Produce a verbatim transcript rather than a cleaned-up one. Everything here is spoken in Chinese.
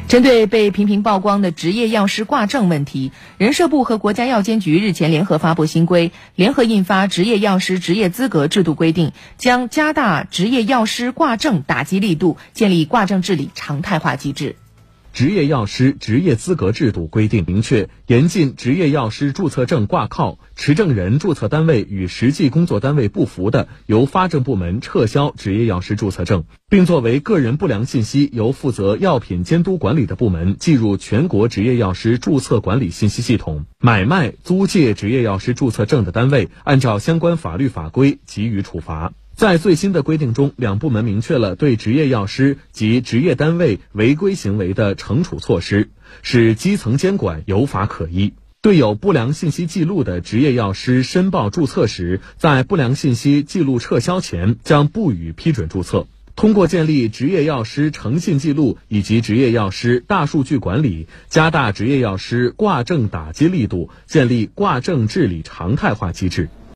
针对被频频曝光的执业药师挂证问题，人社部和国家药监局日前联合发布新规，联合印发《执业药师执业资格制度规定》，将加大执业药师挂证打击力度，建立挂证治理常态化机制。 执业药师执业资格制度规定明确，严禁执业药师注册证挂靠，持证人注册单位与实际工作单位不符的，由发证部门撤销执业药师注册证，并作为个人不良信息，由负责药品监督管理的部门记入全国执业药师注册管理信息系统。买卖、租借执业药师注册证的单位，按照相关法律法规给予处罚。在最新的规定中，两部门明确了对执业药师及执业单位违规行为的惩处措施，使基层监管有法可依。对有不良信息记录的执业药师申报注册时，在不良信息记录撤销前，将不予批准注册。通过建立执业药师诚信记录以及执业药师大数据管理，加大执业药师挂证打击力度，建立挂证治理常态化机制。